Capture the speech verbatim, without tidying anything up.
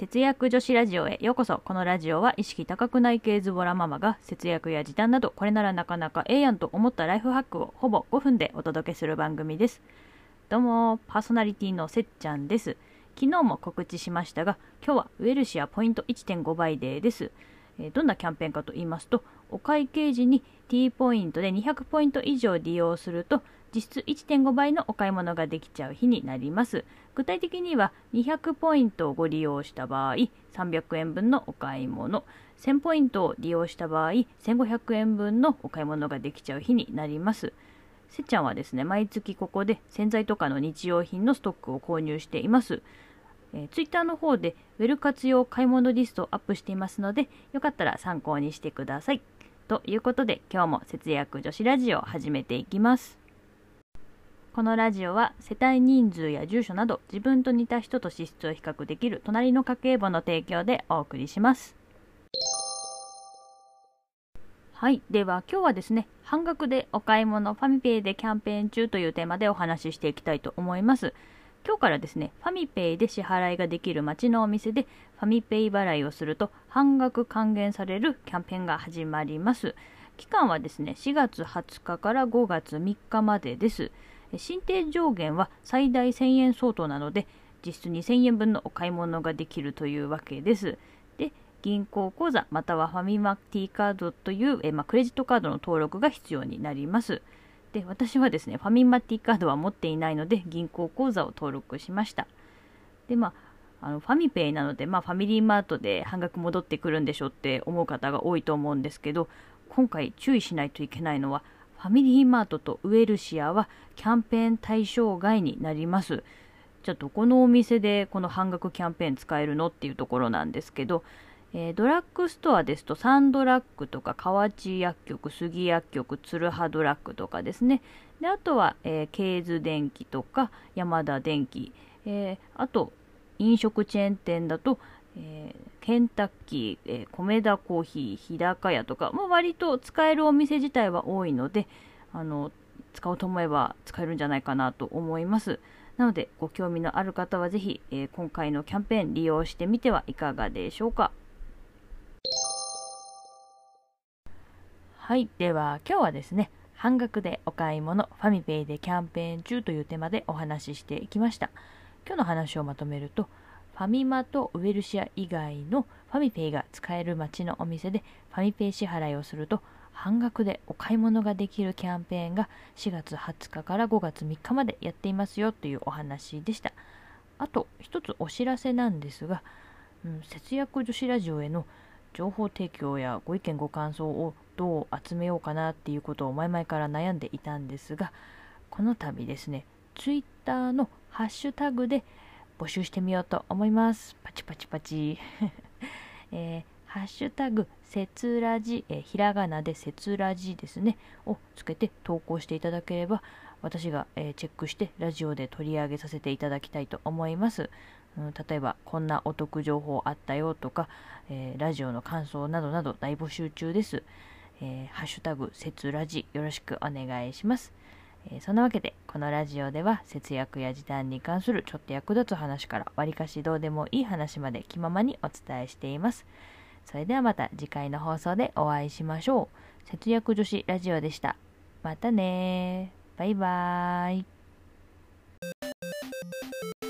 節約女子ラジオへようこそ。このラジオは意識高くない系ズボラママが節約や時短などこれならなかなかええやんと思ったライフハックをほぼごふんでお届けする番組です。どうもパーソナリティのせっちゃんです。昨日も告知しましたが、今日はウェルシアポイント いってんご 倍デーです。えー、どんなキャンペーンかと言いますと、お会計時に T ポイントでにひゃくポイント以上利用すると実質 いってんご 倍のお買い物ができちゃう日になります。具体的にはにひゃくポイントをご利用した場合さんびゃくえんぶんのお買い物、せんポイントを利用した場合せんごひゃくえんぶんのお買い物ができちゃう日になります。せっちゃんはですね、毎月ここで洗剤とかの日用品のストックを購入しています。えー、ツイッターの方でウェル活用買い物リストをアップしていますので、よかったら参考にしてください。ということで、今日も節約女子ラジオを始めていきます。このラジオは世帯人数や住所など自分と似た人と支出を比較できる隣の家計簿の提供でお送りします。はい、では今日はですね、半額でお買い物ファミペイでキャンペーン中というテーマでお話ししていきたいと思います。今日からですね、ファミペイで支払いができる街のお店でファミペイ払いをすると半額還元されるキャンペーンが始まります。期間はですね、しがつはつかからごがつみっかまでです。申請上限は最大せんえん相当なので、実質にせんえんぶんのお買い物ができるというわけです。で、銀行口座またはファミマティカードというえ、まあ、クレジットカードの登録が必要になります。で、私はですね、ファミマティカードは持っていないので、銀行口座を登録しました。で、まあ、あのファミペイなので、まあ、ファミリーマートで半額戻ってくるんでしょって思う方が多いと思うんですけど、今回注意しないといけないのは、ファミリーマートとウエルシアはキャンペーン対象外になります。じゃあどこのお店でこの半額キャンペーン使えるのっていうところなんですけど、えー、ドラッグストアですとサンドラッグとか河内薬局、杉薬局、鶴葉ドラッグとかですね。であとは、えー、ケーズ電機とかヤマダ電機、えー、あと飲食チェーン店だと、えー、ケンタッキー、えー、米田コーヒー、日高屋とか、まあ、割と使えるお店自体は多いので、あの使おうと思えば使えるんじゃないかなと思います。なのでご興味のある方はぜひ、えー、今回のキャンペーン利用してみてはいかがでしょうか。はい、では今日はですね、半額でお買い物ファミペイでキャンペーン中というテーマでお話ししていきました。今日の話をまとめると、ファミマとウェルシア以外のファミペイが使える街のお店でファミペイ支払いをすると半額でお買い物ができるキャンペーンがしがつはつかからごがつみっかまでやっていますよというお話でした。あと一つお知らせなんですが、うん、節約女子ラジオへの情報提供やご意見ご感想をどう集めようかなっていうことを前々から悩んでいたんですが、この度ですね、ツイッターのハッシュタグで募集してみようと思います。パチパチパチ、えー、ハッシュタグせつらじ、えー、ひらがなでせつらじですねをつけて投稿していただければ、私が、えー、チェックしてラジオで取り上げさせていただきたいと思います。うん、例えばこんなお得情報あったよとか、えー、ラジオの感想などなど大募集中です。えー、ハッシュタグせつらじよろしくお願いします。えー、そんなわけでこのラジオでは節約や時短に関するちょっと役立つ話からわりかしどうでもいい話まで気ままにお伝えしています。それではまた次回の放送でお会いしましょう。節約女子ラジオでした。またね、バイバーイ。